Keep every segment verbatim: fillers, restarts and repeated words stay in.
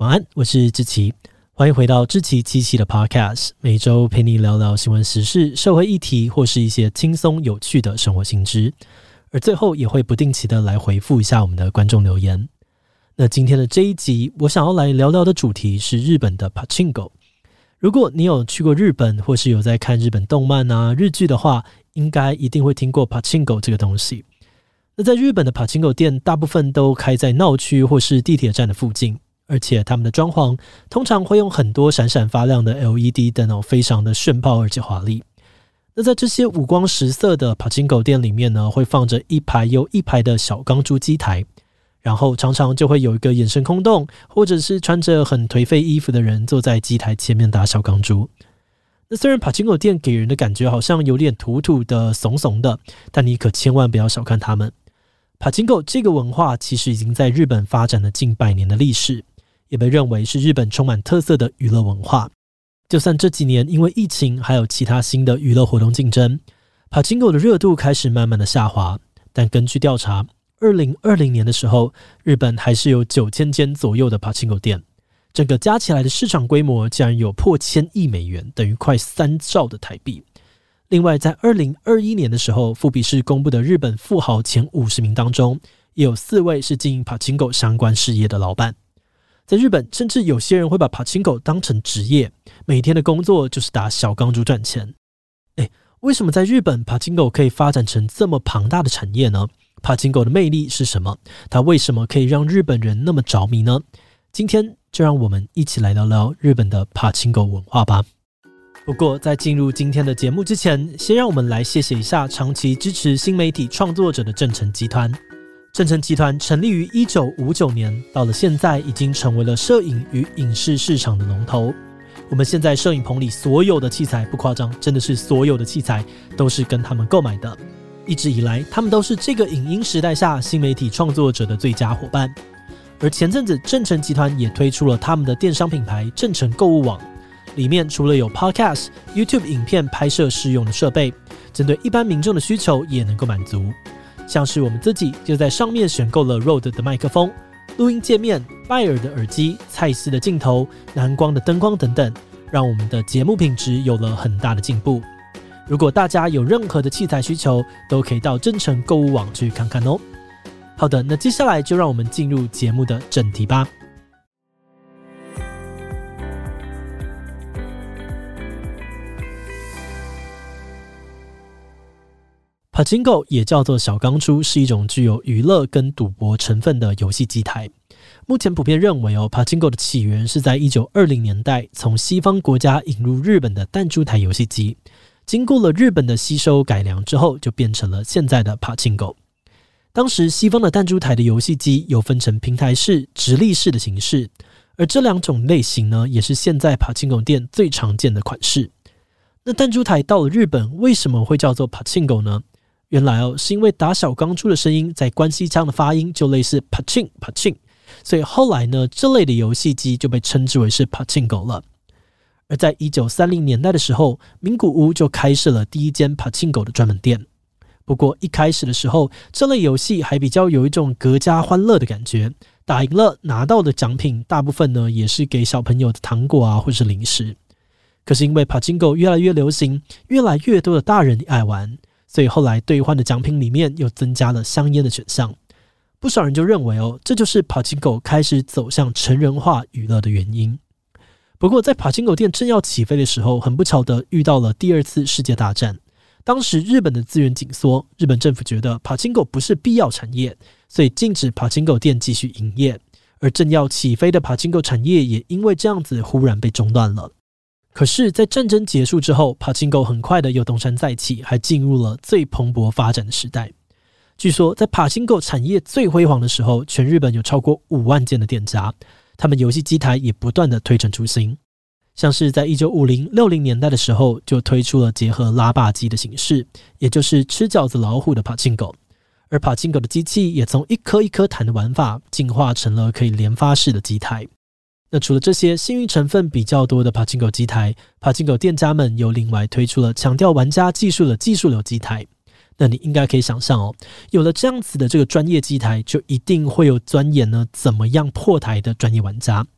晚安，我是志祺，欢迎回到志祺七七的 Podcast， 每周陪你聊聊新闻时事、社会议题或是一些轻松有趣的生活新知，而最后也会不定期的来回复一下我们的观众留言。那今天的这一集，我想要来聊聊的主题是日本的 Pachinko。如果你有去过日本，或是有在看日本动漫啊、日剧的话，应该一定会听过 Pachinko 这个东西。那在日本的 Pachinko 店，大部分都开在闹区或是地铁站的附近，而且他们的装潢通常会用很多闪闪发亮的 L E D 灯哦，非常的炫炮而且华丽。那在这些五光十色的 Pachinko 店里面呢，会放着一排又一排的小钢珠机台，然后常常就会有一个眼神空洞或者是穿着很颓废衣服的人坐在机台前面打小钢珠。那虽然 Pachinko 店给人的感觉好像有点土土的怂怂的，但你可千万不要小看他们。Pachinko 这个文化其实已经在日本发展了近百年的历史，也被认为是日本充满特色的娱乐文化。就算这几年因为疫情还有其他新的娱乐活动竞争， Pachinko 的热度开始慢慢的下滑，但根据调查，二零二零年的时候，日本还是有九千间左右的 Pachinko 店，整个加起来的市场规模竟然有破千亿美元，等于快三兆的台币。另外在二零二一年的时候，富比士公布的日本富豪前五十名当中，也有四位是经营 Pachinko 相关事业的老板。在日本，甚至有些人会把 Pachinko 当成职业，每天的工作就是打小钢珠赚钱。诶，为什么在日本 Pachinko 可以发展成这么庞大的产业呢？ Pachinko 的魅力是什么？它为什么可以让日本人那么着迷呢？今天就让我们一起来聊聊日本的 Pachinko 文化吧。不过在进入今天的节目之前，先让我们来谢谢一下长期支持新媒体创作者的正成集团。正成集团成立于一九五九年，到了现在已经成为了摄影与影视市场的龙头。我们现在摄影棚里所有的器材，不夸张，真的是所有的器材都是跟他们购买的。一直以来，他们都是这个影音时代下新媒体创作者的最佳伙伴。而前阵子正成集团也推出了他们的电商品牌正成购物网，里面除了有 Podcast、YouTube 影片拍摄适用的设备，针对一般民众的需求也能够满足。像是我们自己就在上面选购了 Rode 的麦克风、录音界面、拜耳的耳机、蔡司的镜头、蓝光的灯光等等，让我们的节目品质有了很大的进步。如果大家有任何的器材需求，都可以到正成购物网去看看哦。好的，那接下来就让我们进入节目的正题吧。Pachinko 也叫做小钢珠，是一种具有娱乐跟赌博成分的游戏机台。目前普遍认为哦 Pachinko 的起源是在一九二零年代从西方国家引入日本的弹珠台游戏机，经过了日本的吸收改良之后，就变成了现在的 Pachinko。当时西方的弹珠台的游戏机有分成平台式、直立式的形式，而这两种类型呢，也是现在 Pachinko 店最常见的款式。那弹珠台到了日本为什么会叫做 Pachinko 呢？原来哦，是因为打小钢珠的声音在关西腔的发音就类似 Pachin Pachin， 所以后来呢，这类的游戏机就被称之为是 Pachinko 了。而在一九三零年代的时候，名古屋就开设了第一间 Pachinko 的专门店。不过一开始的时候，这类游戏还比较有一种隔家欢乐的感觉，打赢了拿到的奖品大部分呢也是给小朋友的糖果啊或是零食。可是因为 Pachinko 越来越流行，越来越多的大人爱玩，所以后来兑换的奖品里面又增加了香烟的选项。不少人就认为哦，这就是 Pachinko 开始走向成人化娱乐的原因。不过在 Pachinko 店正要起飞的时候，很不巧的遇到了第二次世界大战。当时日本的资源紧缩，日本政府觉得 Pachinko 不是必要产业，所以禁止 Pachinko 店继续营业。而正要起飞的 Pachinko 产业也因为这样子忽然被中断了。可是在战争结束之后， Pachinko 很快的又东山再起，还进入了最蓬勃发展的时代。据说在 Pachinko 产业最辉煌的时候，全日本有超过五万间的店家，他们游戏机台也不断的推陈出新。像是在一九五零、六零年代的时候，就推出了结合拉霸机的形式，也就是吃饺子老虎的 Pachinko。而 Pachinko 的机器也从一颗一颗弹的玩法，进化成了可以连发式的机台。那除了这些幸运成分比较多的 Pachinko 机台， Pachinko 店家们又另外推出了强调玩家技术的技术流机台。那你应该可以想象哦，有了这样子的这个专业机台，就一定会有钻研呢怎么样破台的专业玩家。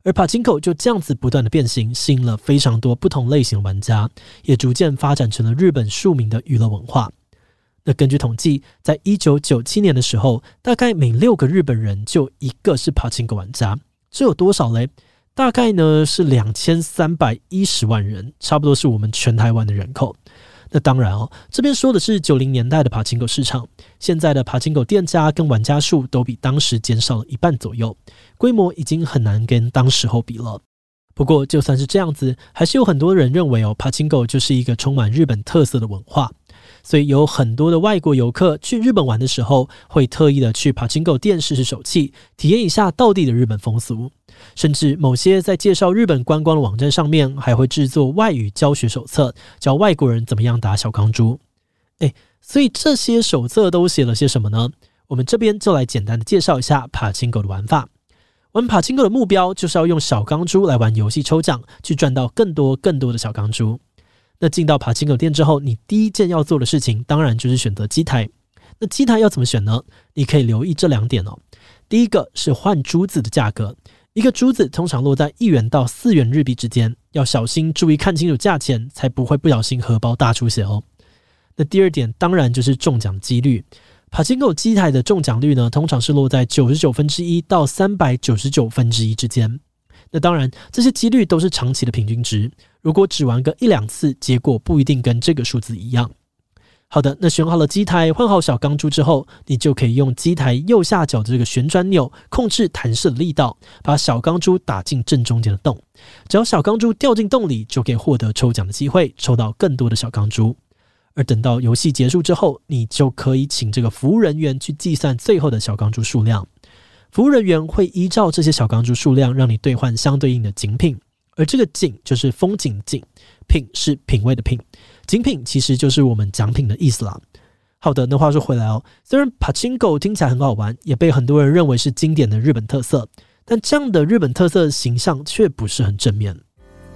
而 Pachinko 就这样子不断的变形，吸引了非常多不同类型的玩家，也逐渐发展成了日本庶民的娱乐文化。那根据统计，在一九九七年的时候，大概每六个日本人就一个是 Pachinko 玩家，这有多少嘞？大概呢是两千三百一十万人，差不多是我们全台湾的人口。那当然哦，这边说的是九零年代的 Pachinko 市场，现在的 Pachinko 店家跟玩家数都比当时减少了一半左右，规模已经很难跟当时候比了。不过就算是这样子，还是有很多人认为哦 Pachinko 就是一个充满日本特色的文化，所以有很多的外国游客去日本玩的时候，会特意的去 Pachinko 店试试手气，体验一下道地的日本风俗。甚至某些在介绍日本观光的网站上面，还会制作外语教学手册，教外国人怎么样打小钢珠。诶，所以这些手册都写了些什么呢？我们这边就来简单的介绍一下 Pachinko 的玩法。玩 Pachinko 的目标就是要用小钢珠来玩游戏抽奖，去赚到更多更多的小钢珠。那进到 Pachinko 店之后，你第一件要做的事情当然就是选择机台。那机台要怎么选呢？你可以留意这两点哦。第一个是换珠子的价格，一个珠子通常落在一元到四元日币之间，要小心注意看清楚价钱，才不会不小心荷包大出血哦。那第二点当然就是中奖几率。Pachinko 机台的中奖率呢，通常是落在九十九分之一到三百九十九分之一之间。那当然，这些几率都是长期的平均值，如果只玩个一两次，结果不一定跟这个数字一样。好的，那选好了机台，换好小钢珠之后，你就可以用机台右下角的这个旋转钮控制弹射的力道，把小钢珠打进正中间的洞。只要小钢珠掉进洞里，就可以获得抽奖的机会，抽到更多的小钢珠。而等到游戏结束之后，你就可以请这个服务人员去计算最后的小钢珠数量。服务人员会依照这些小钢珠数量让你兑换相对应的景品，而这个景就是风景的景，品是品味的品，景品其实就是我们奖品的意思啦。好的，那话说回来哦，虽然 Pachinko 听起来很好玩，也被很多人认为是经典的日本特色，但这样的日本特色形象却不是很正面。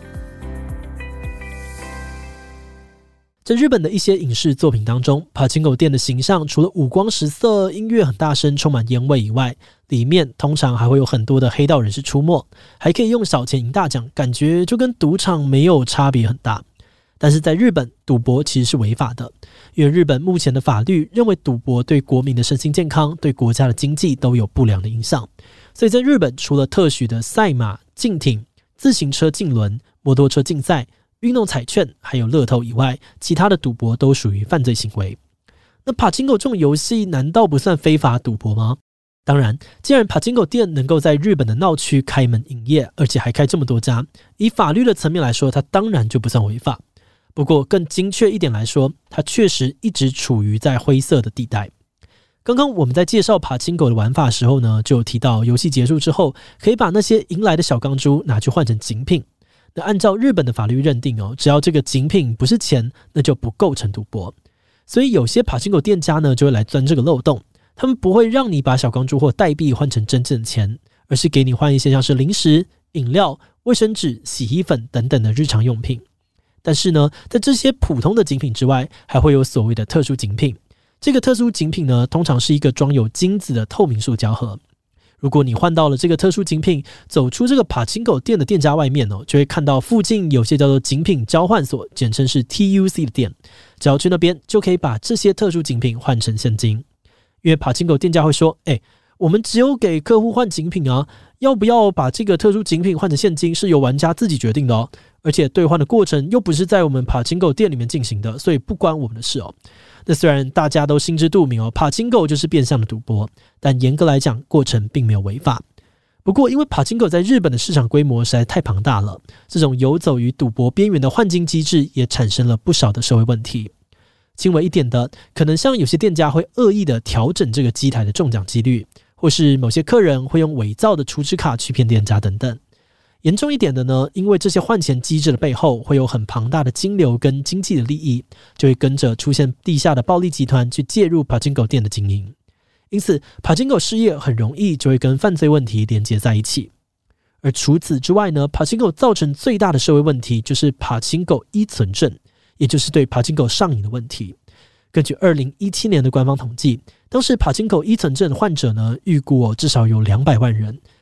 在日本的一些影视作品当中， Pachinko 店的形象除了五光十色、音乐很大声、充满烟味以外，里面通常还会有很多的黑道人士出没，还可以用小钱赢大奖，感觉就跟赌场没有差别很大。但是在日本，赌博其实是违法的，因为日本目前的法律认为赌博对国民的身心健康、对国家的经济都有不良的影响，所以在日本除了特许的赛马、竞艇、自行车竞轮、摩托车竞赛、运动彩券还有乐透以外，其他的赌博都属于犯罪行为。那 Pachinko 这种游戏难道不算非法赌博吗？当然，既然 Pachinko 店能够在日本的闹区开门营业，而且还开这么多家，以法律的层面来说，它当然就不算违法。不过更精确一点来说，它确实一直处于在灰色的地带。刚刚我们在介绍 Pachinko 的玩法的时候呢，就有提到游戏结束之后，可以把那些赢来的小钢珠拿去换成景品。那按照日本的法律认定哦，只要这个景品不是钱，那就不构成赌博。所以有些 Pachinko 店家呢，就会来钻这个漏洞，他们不会让你把小钢珠或代币换成真正的钱，而是给你换一些像是零食、饮料、卫生纸、洗衣粉等等的日常用品。但是呢，在这些普通的景品之外，还会有所谓的特殊景品。这个特殊景品呢，通常是一个装有金子的透明塑胶盒。如果你换到了这个特殊景品，走出这个 Pachinko 店的店家外面哦，就会看到附近有些叫做景品交换所，简称是 T U C 的店。只要去那边，就可以把这些特殊景品换成现金。因为 Pachinko 店家会说，哎，我们只有给客户换景品啊，要不要把这个特殊景品换成现金是由玩家自己决定的哦。而且兑换的过程又不是在我们 Pachinko 店里面进行的，所以不关我们的事哦。那虽然大家都心知肚明哦 ，Pachinko 就是变相的赌博，但严格来讲，过程并没有违法。不过，因为 Pachinko 在日本的市场规模实在太庞大了，这种游走于赌博边缘的换金机制也产生了不少的社会问题。轻微一点的，可能像有些店家会恶意的调整这个机台的中奖几率，或是某些客人会用伪造的储值卡去骗店家等等。严重一点的呢，因为这些换钱机制的背后会有很庞大的金流跟经济的利益，就会跟着出现地下的暴力集团去介入 Pachinko 店的经营。因此 Pachinko 事业很容易就会跟犯罪问题连接在一起。而除此之外呢， Pachinko 造成最大的社会问题就是 Pachinko 依存症，也就是对 Pachinko 上瘾的问题。根据二零一七年的官方统计，当时 Pachinko 依存症患者呢，预估、哦、至少有两百万人，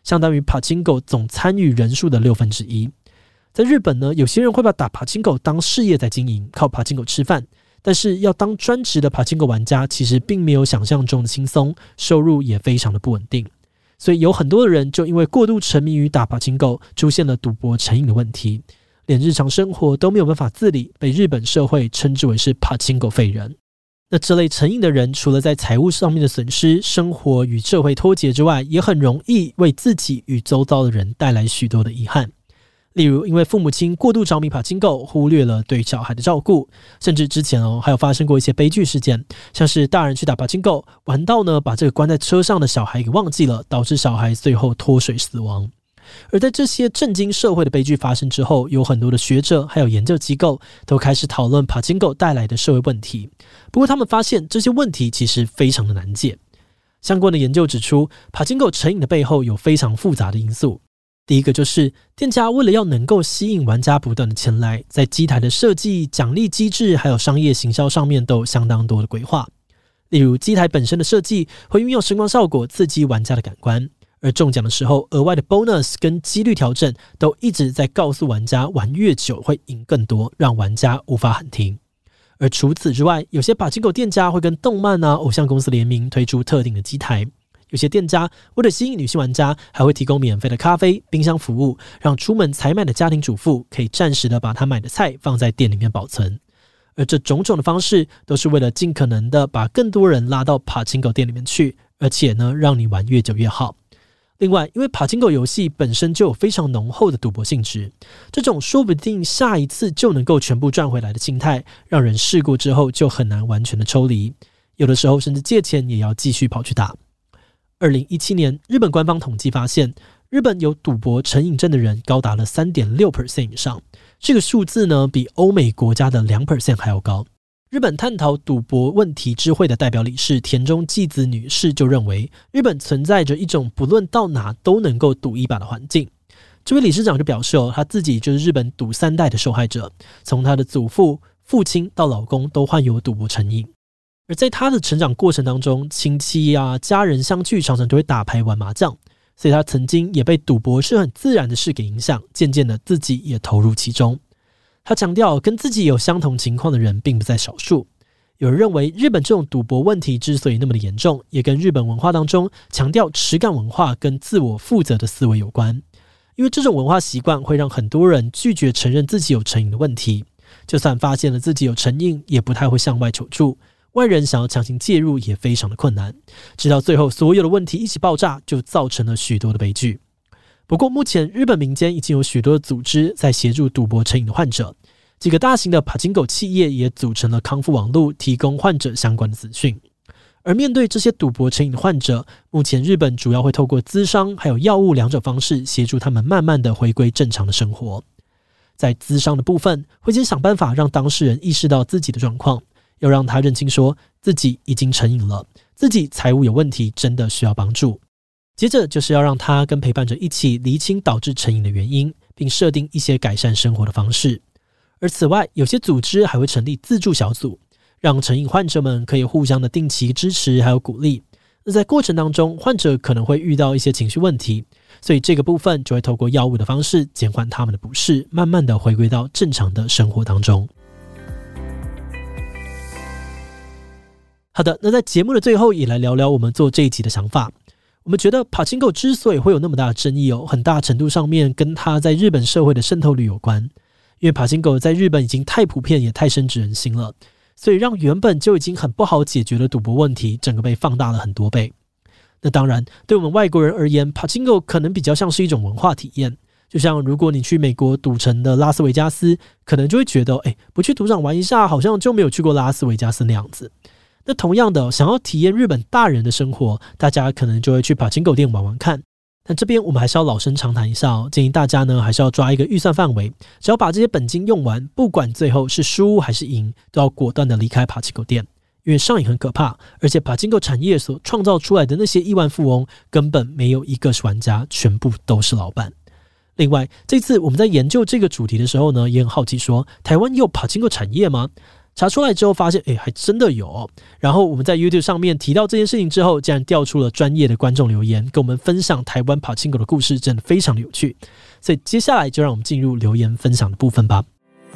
相当于帕金狗总参与人数的六分之一。在日本呢，有些人会把打帕金狗当事业在经营，靠帕金狗吃饭。但是要当专职的帕金狗玩家，其实并没有想象中的轻松，收入也非常的不稳定。所以有很多的人就因为过度沉迷于打帕金狗，出现了赌博成瘾的问题，连日常生活都没有办法自理，被日本社会称之为是帕金狗废人。那这类成瘾的人，除了在财务上面的损失、生活与社会脱节之外，也很容易为自己与周遭的人带来许多的遗憾。例如因为父母亲过度着迷帕金狗，忽略了对小孩的照顾，甚至之前哦还有发生过一些悲剧事件，像是大人去打帕金狗玩到呢把这个关在车上的小孩给忘记了，导致小孩最后脱水死亡。而在这些震惊社会的悲剧发生之后，有很多的学者还有研究机构都开始讨论帕金狗带来的社会问题。不过他们发现这些问题其实非常的难解。相关的研究指出，帕金狗成瘾的背后有非常复杂的因素。第一个就是店家为了要能够吸引玩家不断的前来，在机台的设计、奖励机制还有商业行销上面都有相当多的规划。例如机台本身的设计会运用声光效果刺激玩家的感官，而中奖的时候额外的 bonus 跟几率调整都一直在告诉玩家玩越久会赢更多，让玩家无法喊停。而除此之外，有些帕金狗店家会跟动漫啊、偶像公司联名推出特定的机台。有些店家为了吸引女性玩家，还会提供免费的咖啡、冰箱服务，让出门采买的家庭主妇可以暂时的把她买的菜放在店里面保存。而这种种的方式都是为了尽可能的把更多人拉到帕金狗店里面去，而且呢让你玩越久越好。另外，因为帕金狗游戏本身就有非常浓厚的赌博性质，这种说不定下一次就能够全部赚回来的心态，让人试过之后就很难完全的抽离，有的时候甚至借钱也要继续跑去打。二零一七年，日本官方统计发现，日本有赌博成瘾症的人高达了 百分之三点六 以上，这个数字呢比欧美国家的 百分之二 还要高。日本探讨赌博问题之会的代表理事田中纪子女士就认为，日本存在着一种不论到哪都能够赌一把的环境。这位理事长就表示哦，他自己就是日本赌三代的受害者，从他的祖父、父亲到老公都患有赌博成瘾。而在他的成长过程当中，亲戚啊、家人相聚常常都会打牌玩麻将，所以他曾经也被赌博是很自然的事给影响，渐渐的自己也投入其中。他强调，跟自己有相同情况的人并不在少数。有人认为，日本这种赌博问题之所以那么的严重，也跟日本文化当中强调持感文化跟自我负责的思维有关。因为这种文化习惯会让很多人拒绝承认自己有成瘾的问题，就算发现了自己有成瘾，也不太会向外求助。外人想要强行介入也非常的困难，直到最后所有的问题一起爆炸，就造成了许多的悲剧。不过目前日本民间已经有许多的组织在协助赌博成瘾的患者，几个大型的帕金狗企业也组成了康复网络，提供患者相关的资讯。而面对这些赌博成瘾的患者，目前日本主要会透过咨商还有药物两种方式协助他们慢慢的回归正常的生活。在咨商的部分，会先想办法让当事人意识到自己的状况，要让他认清说自己已经成瘾了，自己财务有问题，真的需要帮助。接着就是要让他跟陪伴者一起厘清导致成瘾的原因，并设定一些改善生活的方式。而此外，有些组织还会成立自助小组，让成瘾患者们可以互相的定期支持还有鼓励。那在过程当中，患者可能会遇到一些情绪问题，所以这个部分就会透过药物的方式减缓他们的不适，慢慢的回归到正常的生活当中。好的，那在节目的最后也来聊聊我们做这一集的想法。我们觉得帕金狗之所以会有那么大的争议哦，很大程度上面跟它在日本社会的渗透率有关。因为帕金狗在日本已经太普遍也太深植人心了，所以让原本就已经很不好解决的赌博问题整个被放大了很多倍。那当然，对我们外国人而言，帕金狗可能比较像是一种文化体验。就像如果你去美国赌城的拉斯维加斯，可能就会觉得哎，不去赌场玩一下好像就没有去过拉斯维加斯那样子。那同样的，想要体验日本大人的生活，大家可能就会去帕金狗店玩玩看。但这边我们还是要老生常谈一下哦，建议大家呢还是要抓一个预算范围，只要把这些本金用完，不管最后是输还是赢，都要果断的离开帕金狗店。因为上瘾很可怕，而且帕金狗产业所创造出来的那些亿万富翁，根本没有一个是玩家，全部都是老板。另外，这次我们在研究这个主题的时候呢，也很好奇说，台湾有帕金狗产业吗？ 查出来之后发现，诶，还真的有哦。然后我们在 YouTube 上面提到这件事情之后，竟然调出了专业的观众留言，跟我们分享台湾爬青狗的故事，真的非常的有趣。所以接下来就让我们进入留言分享的部分吧。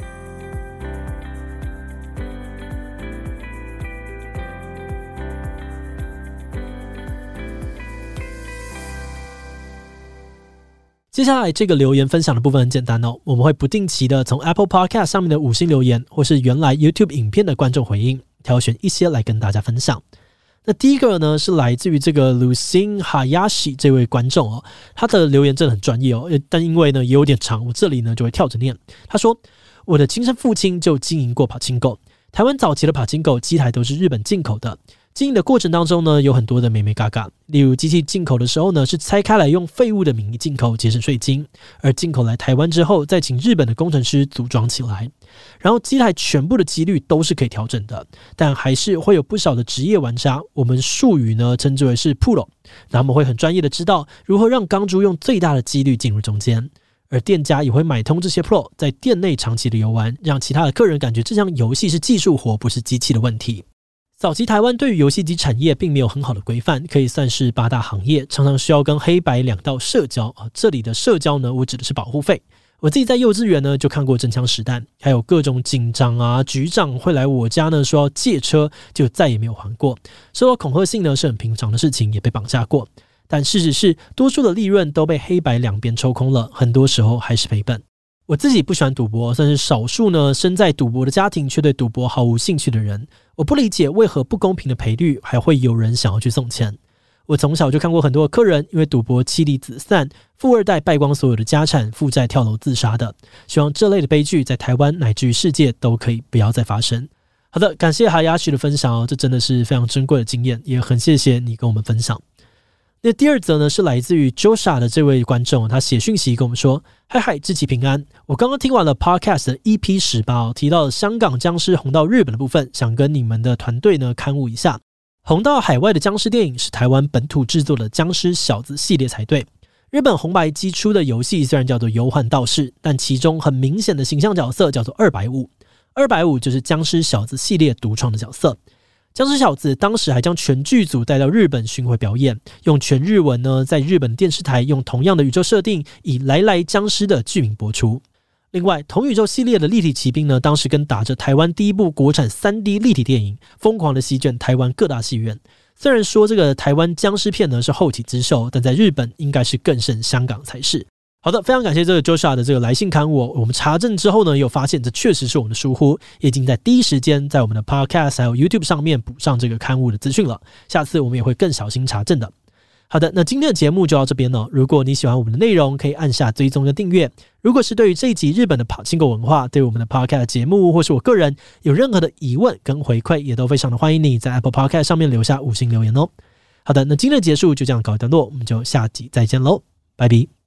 接下来这个留言分享的部分很简单哦，我们会不定期的从 Apple Podcast 上面的五星留言，或是原来 YouTube 影片的观众回应，挑选一些来跟大家分享。那第一个呢是来自于这个 Lucin Hayashi 这位观众哦，他的留言真的很专业哦，但因为呢也有点长，我这里呢就会跳着念。他说，我的亲生父亲就经营过爬青狗，台湾早期的爬青狗机台都是日本进口的，经营的过程当中呢，有很多的眉眉嘎嘎，例如机器进口的时候呢，是拆开来用废物的名义进口，节省税金，而进口来台湾之后，再请日本的工程师组装起来，然后机台全部的机率都是可以调整的，但还是会有不少的职业玩家，我们术语呢称之为是 Pro， 那他们会很专业的知道如何让钢珠用最大的机率进入中间，而店家也会买通这些 Pro， 在店内长期的游玩，让其他的客人感觉这项游戏是技术活，不是机器的问题。早期台湾对于游戏机产业并没有很好的规范，可以算是八大行业，常常需要跟黑白两道社交啊。这里的社交呢，我指的是保护费。我自己在幼稚园呢就看过真枪实弹，还有各种警长啊、局长会来我家呢说要借车，就再也没有还过。受到恐吓性呢是很平常的事情，也被绑架过。但事实是，多数的利润都被黑白两边抽空了，很多时候还是赔本。我自己不喜欢赌博，算是少数呢身在赌博的家庭却对赌博毫无兴趣的人。我不理解为何不公平的赔率还会有人想要去送钱。我从小就看过很多的客人因为赌博妻离子散，富二代败光所有的家产，负债跳楼自杀的。希望这类的悲剧在台湾乃至于世界都可以不要再发生。好的，感谢哈亚许的分享哦，这真的是非常珍贵的经验，也很谢谢你跟我们分享。那第二则呢是来自于 Joshua 的这位观众，他写讯息跟我们说，嗨嗨，知其平安，我刚刚听完了 Podcast 的 E P 十八、哦、提到了香港僵尸红到日本的部分，想跟你们的团队呢勘误一下。红到海外的僵尸电影是台湾本土制作的僵尸小子系列才对。日本红白机出的游戏虽然叫做游幻道士，但其中很明显的形象角色叫做二百五，二百五就是僵尸小子系列独创的角色。僵尸小子当时还将全剧组带到日本巡回表演，用全日文呢，在日本电视台用同样的宇宙设定，以来来僵尸的剧名播出。另外，同宇宙系列的立体骑兵呢，当时跟打着台湾第一部国产 三 D 立体电影，疯狂的席卷台湾各大戏院。虽然说这个台湾僵尸片呢是后起之秀，但在日本应该是更胜香港才是。好的，非常感谢这个 Joshua 的这个来信刊物、哦、我们查证之后呢，有发现这确实是我们的疏忽，也已经在第一时间在我们的 Podcast 还有 YouTube 上面补上这个刊物的资讯了，下次我们也会更小心查证的。好的，那今天的节目就到这边了。如果你喜欢我们的内容，可以按下追踪跟订阅。如果是对于这一集日本的爬青狗文化，对我们的 Podcast 节目或是我个人有任何的疑问跟回馈，也都非常的欢迎你在 Apple Podcast 上面留下五星留言哦。好的，那今天的结束就这样告一段落，我们就下集再见喽，拜拜。